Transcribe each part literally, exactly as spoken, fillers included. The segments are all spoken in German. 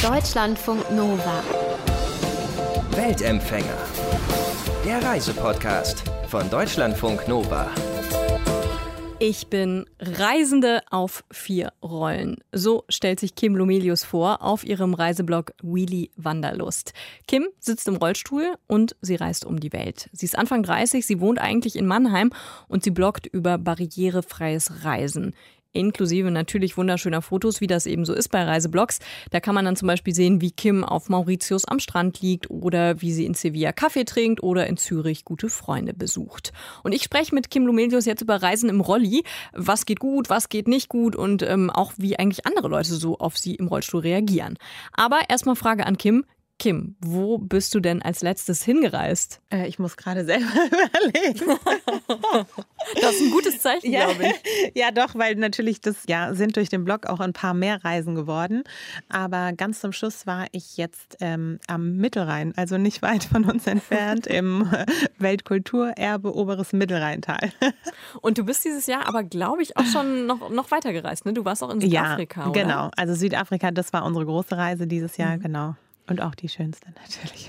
Deutschlandfunk Nova. Weltempfänger. Der Reisepodcast von Deutschlandfunk Nova. Ich bin Reisende auf vier Rollen. So stellt sich Kim Lomelius vor auf ihrem Reiseblog Wheelie Wanderlust. Kim sitzt im Rollstuhl und sie reist um die Welt. Sie ist Anfang dreißig, sie wohnt eigentlich in Mannheim und sie bloggt über barrierefreies Reisen. Inklusive natürlich wunderschöner Fotos, wie das eben so ist bei Reiseblogs. Da kann man dann zum Beispiel sehen, wie Kim auf Mauritius am Strand liegt oder wie sie in Sevilla Kaffee trinkt oder in Zürich gute Freunde besucht. Und ich spreche mit Kim Lomelius jetzt über Reisen im Rolli. Was geht gut, was geht nicht gut und ähm, auch wie eigentlich andere Leute so auf sie im Rollstuhl reagieren. Aber erstmal Frage an Kim. Kim, wo bist du denn als letztes hingereist? Äh, ich muss gerade selber überlegen. Das ist ein gutes Zeichen, ja, glaube ich. Ja, doch, weil natürlich das ja sind durch den Blog auch ein paar mehr Reisen geworden. Aber ganz zum Schluss war ich jetzt ähm, am Mittelrhein, also nicht weit von uns entfernt, im Weltkulturerbe Oberes Mittelrheintal. Und du bist dieses Jahr aber, glaube ich, auch schon noch, noch weiter gereist, ne? Du warst auch in Südafrika, ja, oder? Genau. Also Südafrika, das war unsere große Reise dieses Jahr, mhm. genau. Und auch die schönste natürlich.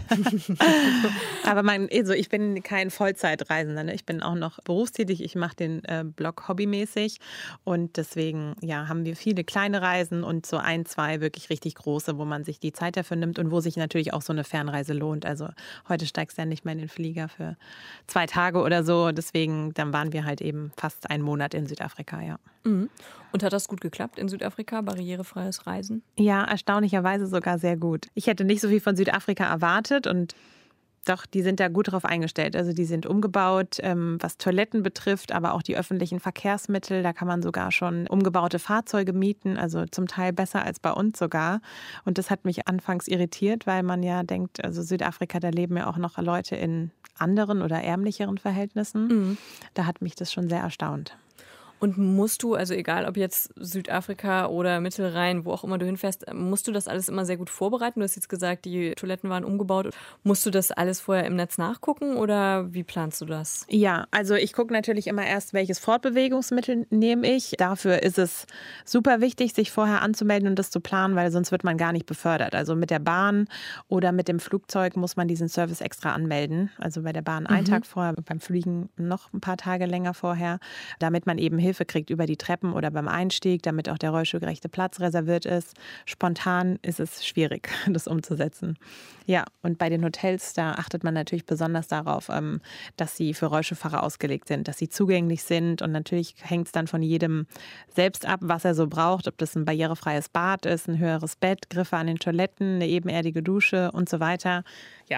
Aber mein, also ich bin kein Vollzeitreisender. Ne? Ich bin auch noch berufstätig. Ich mache den äh, Blog hobbymäßig. Und deswegen ja, haben wir viele kleine Reisen und so ein, zwei wirklich richtig große, wo man sich die Zeit dafür nimmt und wo sich natürlich auch so eine Fernreise lohnt. Also heute steigst du ja nicht mehr in den Flieger für zwei Tage oder so. Deswegen, dann waren wir halt eben fast einen Monat in Südafrika, ja. Mhm. Und hat das gut geklappt in Südafrika, barrierefreies Reisen? Ja, erstaunlicherweise sogar sehr gut. Ich hätte nicht so viel von Südafrika erwartet und doch, die sind da gut drauf eingestellt. Also die sind umgebaut, ähm, was Toiletten betrifft, aber auch die öffentlichen Verkehrsmittel. Da kann man sogar schon umgebaute Fahrzeuge mieten, also zum Teil besser als bei uns sogar. Und das hat mich anfangs irritiert, weil man ja denkt, also Südafrika, da leben ja auch noch Leute in anderen oder ärmlicheren Verhältnissen. Mhm. Da hat mich das schon sehr erstaunt. Und musst du, also egal ob jetzt Südafrika oder Mittelrhein, wo auch immer du hinfährst, musst du das alles immer sehr gut vorbereiten? Du hast jetzt gesagt, die Toiletten waren umgebaut. Musst du das alles vorher im Netz nachgucken oder wie planst du das? Ja, also ich gucke natürlich immer erst, welches Fortbewegungsmittel nehme ich. Dafür ist es super wichtig, sich vorher anzumelden und das zu planen, weil sonst wird man gar nicht befördert. Also mit der Bahn oder mit dem Flugzeug muss man diesen Service extra anmelden. Also bei der Bahn einen mhm. Tag vorher, beim Fliegen noch ein paar Tage länger vorher, damit man eben Hilfe kriegt über die Treppen oder beim Einstieg, damit auch der rollstuhlgerechte Platz reserviert ist. Spontan ist es schwierig, das umzusetzen. Ja, und bei den Hotels, da achtet man natürlich besonders darauf, dass sie für Rollstuhlfahrer ausgelegt sind, dass sie zugänglich sind und natürlich hängt es dann von jedem selbst ab, was er so braucht, ob das ein barrierefreies Bad ist, ein höheres Bett, Griffe an den Toiletten, eine ebenerdige Dusche und so weiter. Ja.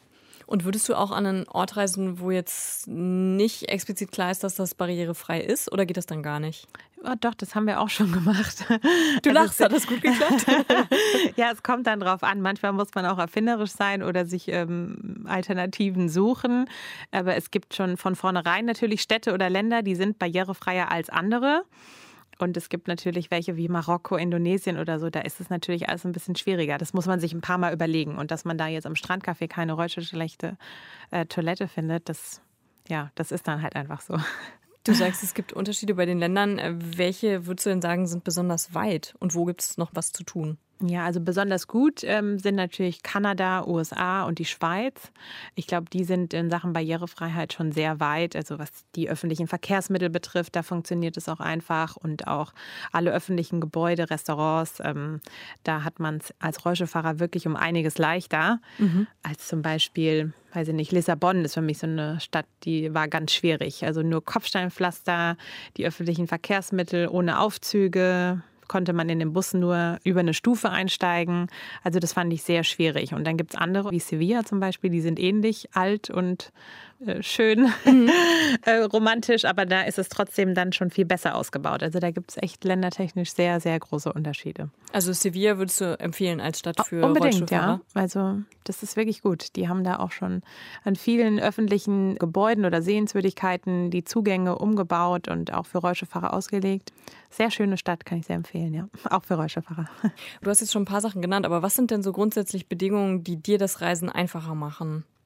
Und würdest du auch an einen Ort reisen, wo jetzt nicht explizit klar ist, dass das barrierefrei ist? Oder geht das dann gar nicht? Oh, doch, das haben wir auch schon gemacht. Du lachst, hat das gut geklappt? Ja, es kommt dann drauf an. Manchmal muss man auch erfinderisch sein oder sich ähm, Alternativen suchen. Aber es gibt schon von vornherein natürlich Städte oder Länder, die sind barrierefreier als andere. Und es gibt natürlich welche wie Marokko, Indonesien oder so, da ist es natürlich alles ein bisschen schwieriger. Das muss man sich ein paar Mal überlegen. Und dass man da jetzt am Strandcafé keine rollstuhlgerechte äh, Toilette findet, das, ja, das ist dann halt einfach so. Du sagst, es gibt Unterschiede bei den Ländern. Welche, würdest du denn sagen, sind besonders weit? Und wo gibt es noch was zu tun? Ja, also besonders gut ähm, sind natürlich Kanada, U S A und die Schweiz. Ich glaube, die sind in Sachen Barrierefreiheit schon sehr weit. Also was die öffentlichen Verkehrsmittel betrifft, da funktioniert es auch einfach. Und auch alle öffentlichen Gebäude, Restaurants, ähm, da hat man es als Rollstuhlfahrer wirklich um einiges leichter. Mhm. Als zum Beispiel, weiß ich nicht, Lissabon ist für mich so eine Stadt, die war ganz schwierig. Also nur Kopfsteinpflaster, die öffentlichen Verkehrsmittel ohne Aufzüge, konnte man in den Bus nur über eine Stufe einsteigen. Also das fand ich sehr schwierig. Und dann gibt es andere, wie Sevilla zum Beispiel, die sind ähnlich alt und äh, schön, mhm. äh, romantisch, aber da ist es trotzdem dann schon viel besser ausgebaut. Also da gibt es echt ländertechnisch sehr, sehr große Unterschiede. Also Sevilla würdest du empfehlen als Stadt für Unbedingt, Rollstuhlfahrer? Ja. Also das ist wirklich gut. Die haben da auch schon an vielen öffentlichen Gebäuden oder Sehenswürdigkeiten die Zugänge umgebaut und auch für Rollstuhlfahrer ausgelegt. Sehr schöne Stadt, kann ich sehr empfehlen, ja. Auch für Rollstuhlfahrer. Du hast jetzt schon ein paar Sachen genannt, aber was sind denn so grundsätzlich Bedingungen, die dir das Reisen einfacher machen?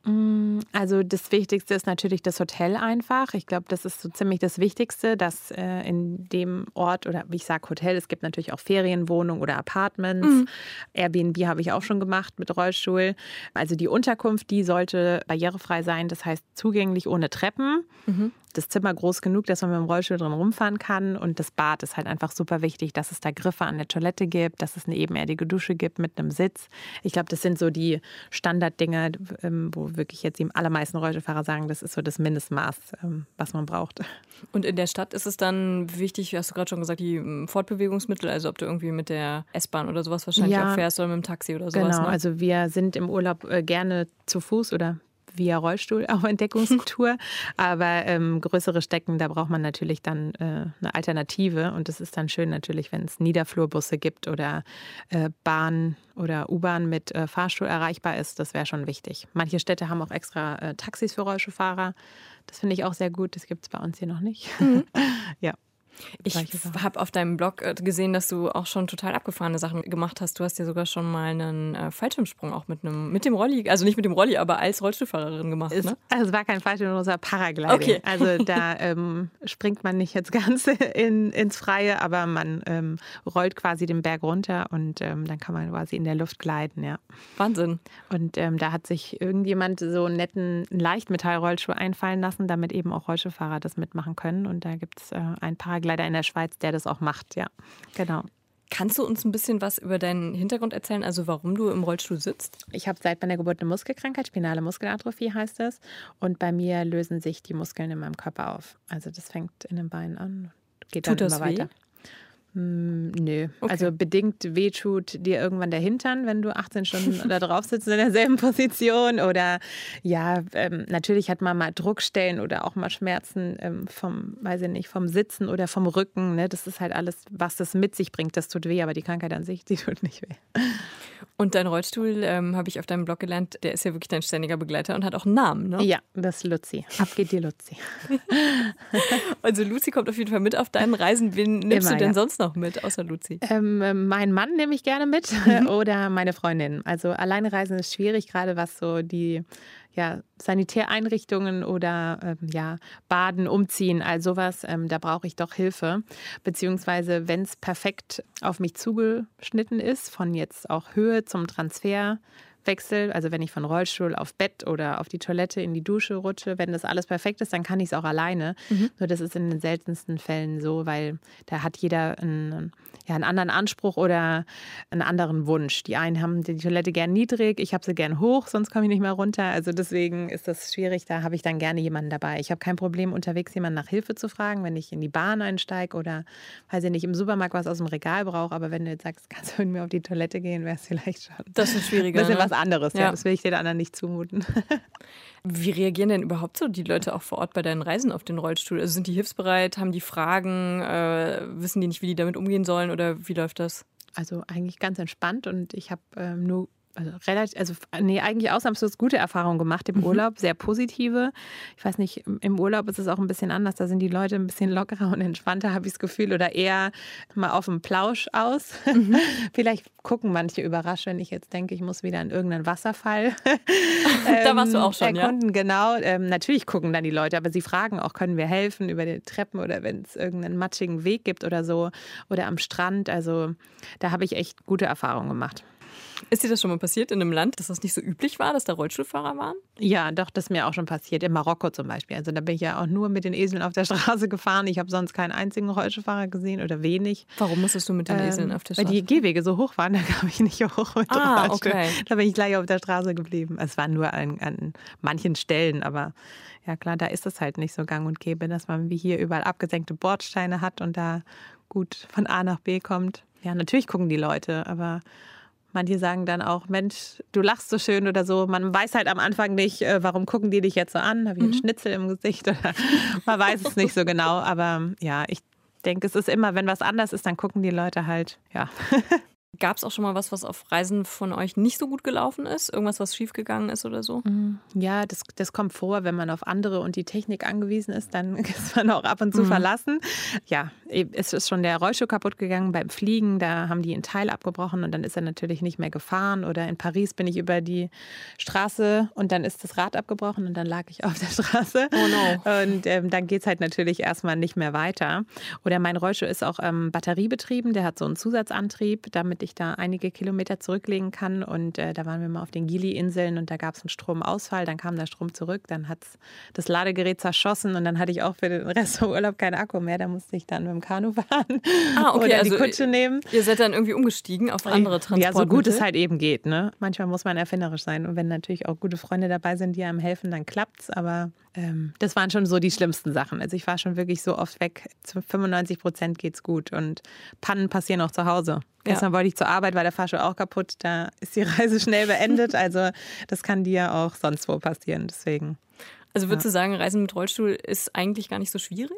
Also das Wichtigste ist natürlich das Hotel einfach. Ich glaube, das ist so ziemlich das Wichtigste, dass äh, in dem Ort, oder wie ich sage Hotel, es gibt natürlich auch Ferienwohnungen oder Apartments. Mhm. Airbnb habe ich auch schon gemacht mit Rollstuhl. Also die Unterkunft, die sollte barrierefrei sein, das heißt zugänglich ohne Treppen. Mhm. Das Zimmer groß genug, dass man mit dem Rollstuhl drin rumfahren kann. Und das Bad ist halt einfach super wichtig, dass es da Griffe an der Toilette gibt, dass es eine ebenerdige Dusche gibt mit einem Sitz. Ich glaube, das sind so die Standarddinge, wo wirklich jetzt die allermeisten Rollstuhlfahrer sagen, das ist so das Mindestmaß, was man braucht. Und in der Stadt ist es dann wichtig, hast du gerade schon gesagt, die Fortbewegungsmittel, also ob du irgendwie mit der S-Bahn oder sowas wahrscheinlich ja, auch fährst oder mit dem Taxi oder sowas. Genau, ne? Also wir sind im Urlaub gerne zu Fuß oder via Rollstuhl auf Entdeckungstour. Aber ähm, größere Strecken, da braucht man natürlich dann äh, eine Alternative. Und es ist dann schön natürlich, wenn es Niederflurbusse gibt oder äh, Bahn oder U-Bahn mit äh, Fahrstuhl erreichbar ist. Das wäre schon wichtig. Manche Städte haben auch extra äh, Taxis für Rollstuhlfahrer. Das finde ich auch sehr gut. Das gibt es bei uns hier noch nicht. Mhm. Ja. Ich habe auf deinem Blog gesehen, dass du auch schon total abgefahrene Sachen gemacht hast. Du hast ja sogar schon mal einen äh, Fallschirmsprung auch mit einem, mit dem Rolli, also nicht mit dem Rolli, aber als Rollstuhlfahrerin gemacht. Es, ne? Also es war kein Fallschirm, es war Paragliding. Okay. Also da ähm, springt man nicht jetzt ganz in, ins Freie, aber man ähm, rollt quasi den Berg runter und ähm, dann kann man quasi in der Luft gleiten. Ja. Wahnsinn. Und ähm, da hat sich irgendjemand so einen netten Leichtmetallrollstuhl einfallen lassen, damit eben auch Rollstuhlfahrer das mitmachen können. Und da gibt es äh, ein Paragliding in der Schweiz, der das auch macht, ja, genau. Kannst du uns ein bisschen was über deinen Hintergrund erzählen, also warum du im Rollstuhl sitzt? Ich habe seit meiner Geburt eine Muskelkrankheit, spinale Muskelatrophie heißt es, und bei mir lösen sich die Muskeln in meinem Körper auf. Also das fängt in den Beinen an und geht dann Tut das immer weiter. Weh? Hm, nö, okay. Also bedingt wehtut dir irgendwann der Hintern, wenn du achtzehn Stunden da drauf sitzt in derselben Position oder ja, ähm, natürlich hat man mal Druckstellen oder auch mal Schmerzen ähm, vom, weiß ich nicht, vom Sitzen oder vom Rücken, ne? Das ist halt alles, was das mit sich bringt, das tut weh, aber die Krankheit an sich, die tut nicht weh. Und dein Rollstuhl, ähm, habe ich auf deinem Blog gelernt, der ist ja wirklich dein ständiger Begleiter und hat auch einen Namen, ne? Ja, das ist Luzi. Ab geht die Luzi. Also Luzi kommt auf jeden Fall mit auf deinen Reisen. Wen nimmst Immer, du denn ja. sonst noch mit, außer Luzi? Ähm, meinen Mann nehme ich gerne mit mhm. oder meine Freundin. Also alleine reisen ist schwierig, gerade was so die ja, Sanitäreinrichtungen oder ähm, ja, Baden, Umziehen, all sowas, ähm, da brauche ich doch Hilfe. Beziehungsweise, wenn es perfekt auf mich zugeschnitten ist, von jetzt auch Höhe zum Transferwechsel, also wenn ich von Rollstuhl auf Bett oder auf die Toilette in die Dusche rutsche, wenn das alles perfekt ist, dann kann ich es auch alleine. Mhm. Nur das ist in den seltensten Fällen so, weil da hat jeder einen, ja, einen anderen Anspruch oder einen anderen Wunsch. Die einen haben die Toilette gern niedrig, ich habe sie gern hoch, sonst komme ich nicht mehr runter. Also deswegen ist das schwierig, da habe ich dann gerne jemanden dabei. Ich habe kein Problem, unterwegs jemanden nach Hilfe zu fragen, wenn ich in die Bahn einsteige oder, weiß ich nicht, im Supermarkt was aus dem Regal brauche. Aber wenn du jetzt sagst, kannst du mit mir auf die Toilette gehen, wäre es vielleicht schon das ist schwieriger, ein bisschen ne? was anderes. Ja. Ja. Das will ich den anderen nicht zumuten. Wie reagieren denn überhaupt so die Leute auch vor Ort bei deinen Reisen auf den Rollstuhl? Also sind die hilfsbereit, haben die Fragen, äh, wissen die nicht, wie die damit umgehen sollen oder wie läuft das? Also eigentlich ganz entspannt und ich habe ähm, nur Also relativ, also nee, eigentlich ausnahmslos gute Erfahrungen gemacht im Urlaub, sehr positive. Ich weiß nicht, im Urlaub ist es auch ein bisschen anders. Da sind die Leute ein bisschen lockerer und entspannter, habe ich das Gefühl, oder eher mal auf dem Plausch aus. Mhm. Vielleicht gucken manche überrascht, wenn ich jetzt denke, ich muss wieder in irgendeinen Wasserfall da warst du auch schon, erkunden. Ja? Genau, ähm, natürlich gucken dann die Leute, aber sie fragen auch, können wir helfen über die Treppen oder wenn es irgendeinen matschigen Weg gibt oder so oder am Strand. Also da habe ich echt gute Erfahrungen gemacht. Ist dir das schon mal passiert in einem Land, dass das nicht so üblich war, dass da Rollstuhlfahrer waren? Ja, doch, das ist mir auch schon passiert. In Marokko zum Beispiel. Also da bin ich ja auch nur mit den Eseln auf der Straße gefahren. Ich habe sonst keinen einzigen Rollstuhlfahrer gesehen oder wenig. Warum musstest du mit den Eseln ähm, auf der Straße? Weil die Gehwege so hoch waren, da kam ich nicht hoch mit ah, Rollstuhl. Okay. Da bin ich gleich auf der Straße geblieben. Es war nur an, an manchen Stellen, aber ja klar, da ist es halt nicht so gang und gäbe, dass man wie hier überall abgesenkte Bordsteine hat und da gut von A nach B kommt. Ja, natürlich gucken die Leute, aber manche sagen dann auch, Mensch, du lachst so schön oder so. Man weiß halt am Anfang nicht, warum gucken die dich jetzt so an? Habe ich einen mhm. Schnitzel im Gesicht? Oder man weiß es nicht so genau. Aber ja, ich denke, es ist immer, wenn was anders ist, dann gucken die Leute halt, ja. Gab es auch schon mal was, was auf Reisen von euch nicht so gut gelaufen ist? Irgendwas, was schiefgegangen ist oder so? Ja, das, das kommt vor, wenn man auf andere und die Technik angewiesen ist, dann ist man auch ab und zu mhm. verlassen. Ja, es ist schon der Rollstuhl kaputt gegangen beim Fliegen, da haben die ein Teil abgebrochen und dann ist er natürlich nicht mehr gefahren. Oder in Paris bin ich über die Straße und dann ist das Rad abgebrochen und dann lag ich auf der Straße. Oh no. Und ähm, dann geht es halt natürlich erstmal nicht mehr weiter. Oder mein Rollstuhl ist auch ähm, batteriebetrieben, der hat so einen Zusatzantrieb, damit ich da einige Kilometer zurücklegen kann. Und äh, da waren wir mal auf den Gili-Inseln und da gab es einen Stromausfall. Dann kam der Strom zurück, dann hat das Ladegerät zerschossen und dann hatte ich auch für den Rest vom Urlaub keinen Akku mehr. Da musste ich dann mit dem Kanu fahren ah, okay, oder also die Kutsche nehmen. Ihr seid dann irgendwie umgestiegen auf andere Transportmittel? Ja, so gut es halt eben geht. Ne? Manchmal muss man erfinderisch sein. Und wenn natürlich auch gute Freunde dabei sind, die einem helfen, dann klappt's. Aber ähm, das waren schon so die schlimmsten Sachen. Also ich war schon wirklich so oft weg. Zu fünfundneunzig Prozent geht's gut. Und Pannen passieren auch zu Hause. Ja. Gestern wollte ich zur Arbeit, war der Fahrstuhl auch kaputt. Da ist die Reise schnell beendet. Also das kann dir auch sonst wo passieren. Deswegen. Also würdest ja. du sagen, Reisen mit Rollstuhl ist eigentlich gar nicht so schwierig?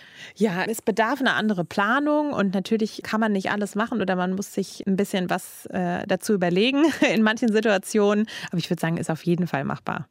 Ja, es bedarf eine andere Planung und natürlich kann man nicht alles machen oder man muss sich ein bisschen was äh, dazu überlegen in manchen Situationen. Aber ich würde sagen, ist auf jeden Fall machbar.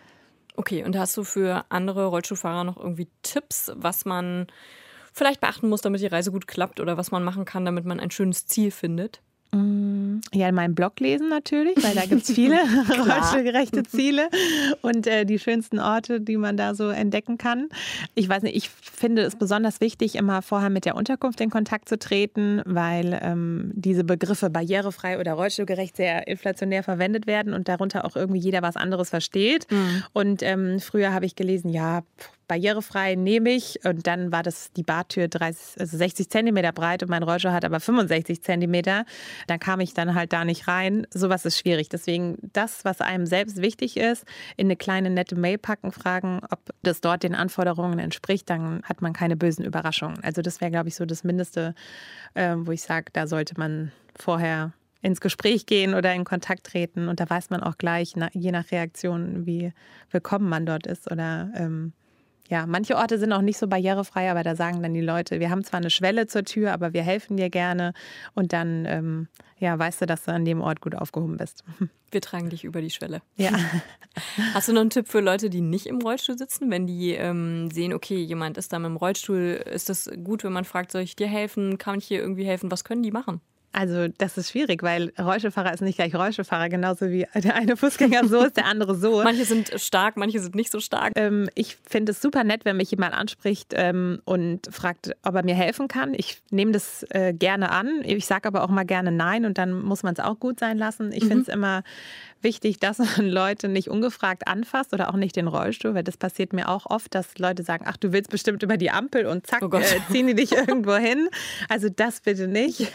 Okay, und hast du für andere Rollstuhlfahrer noch irgendwie Tipps, was man vielleicht beachten muss, damit die Reise gut klappt oder was man machen kann, damit man ein schönes Ziel findet? Ja, in meinem Blog lesen natürlich, weil da gibt es viele rollstuhlgerechte Ziele und äh, die schönsten Orte, die man da so entdecken kann. Ich weiß nicht, ich finde es besonders wichtig, immer vorher mit der Unterkunft in Kontakt zu treten, weil ähm, diese Begriffe barrierefrei oder rollstuhlgerecht sehr inflationär verwendet werden und darunter auch irgendwie jeder was anderes versteht. Mhm. Und ähm, früher habe ich gelesen, ja, barrierefrei nehme ich und dann war das die Bartür dreißig, also sechzig Zentimeter breit und mein Rollstuhl hat aber fünfundsechzig Zentimeter. Dann kam ich dann halt da nicht rein. Sowas ist schwierig. Deswegen das, was einem selbst wichtig ist, in eine kleine nette Mail packen, fragen, ob das dort den Anforderungen entspricht, dann hat man keine bösen Überraschungen. Also das wäre, glaube ich, so das Mindeste, äh, wo ich sage, da sollte man vorher ins Gespräch gehen oder in Kontakt treten und da weiß man auch gleich, na, je nach Reaktion, wie willkommen man dort ist oder ähm, ja, manche Orte sind auch nicht so barrierefrei, aber da sagen dann die Leute, wir haben zwar eine Schwelle zur Tür, aber wir helfen dir gerne. Und dann ähm, ja, weißt du, dass du an dem Ort gut aufgehoben bist. Wir tragen dich über die Schwelle. Ja. Hast du noch einen Tipp für Leute, die nicht im Rollstuhl sitzen? Wenn die ähm, sehen, okay, jemand ist da mit dem Rollstuhl, ist das gut, wenn man fragt, soll ich dir helfen? Kann ich hier irgendwie helfen? Was können die machen? Also das ist schwierig, weil Rollstuhlfahrer ist nicht gleich Rollstuhlfahrer, genauso wie der eine Fußgänger so ist, der andere so. Manche sind stark, manche sind nicht so stark. Ähm, ich finde es super nett, wenn mich jemand anspricht ähm, und fragt, ob er mir helfen kann. Ich nehme das äh, gerne an. Ich sage aber auch mal gerne nein und dann muss man es auch gut sein lassen. Ich mhm. finde es immer wichtig, dass man Leute nicht ungefragt anfasst oder auch nicht den Rollstuhl, weil das passiert mir auch oft, dass Leute sagen, ach, du willst bestimmt über die Ampel und zack, oh äh, ziehen die dich irgendwo hin. Also das bitte nicht.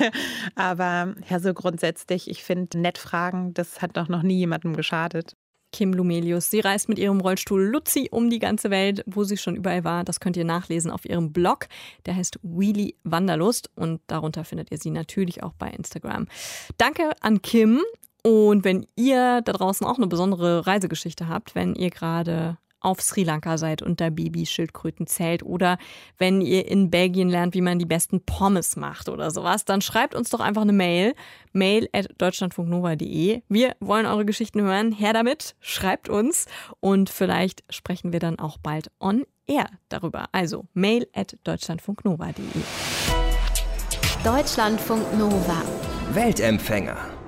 Aber ja, so grundsätzlich, ich finde, nett fragen, das hat doch noch nie jemandem geschadet. Kim Lumelius, sie reist mit ihrem Rollstuhl Luzi um die ganze Welt, wo sie schon überall war. Das könnt ihr nachlesen auf ihrem Blog. Der heißt Wheelie Wanderlust und darunter findet ihr sie natürlich auch bei Instagram. Danke an Kim. Und wenn ihr da draußen auch eine besondere Reisegeschichte habt, wenn ihr gerade auf Sri Lanka seid und da Babyschildkröten zählt oder wenn ihr in Belgien lernt, wie man die besten Pommes macht oder sowas, dann schreibt uns doch einfach eine Mail, mail at deutschlandfunknova punkt de. Wir wollen eure Geschichten hören. Her damit, schreibt uns und vielleicht sprechen wir dann auch bald on air darüber. Also mail at deutschlandfunknova punkt de. Deutschlandfunk Nova. Weltempfänger.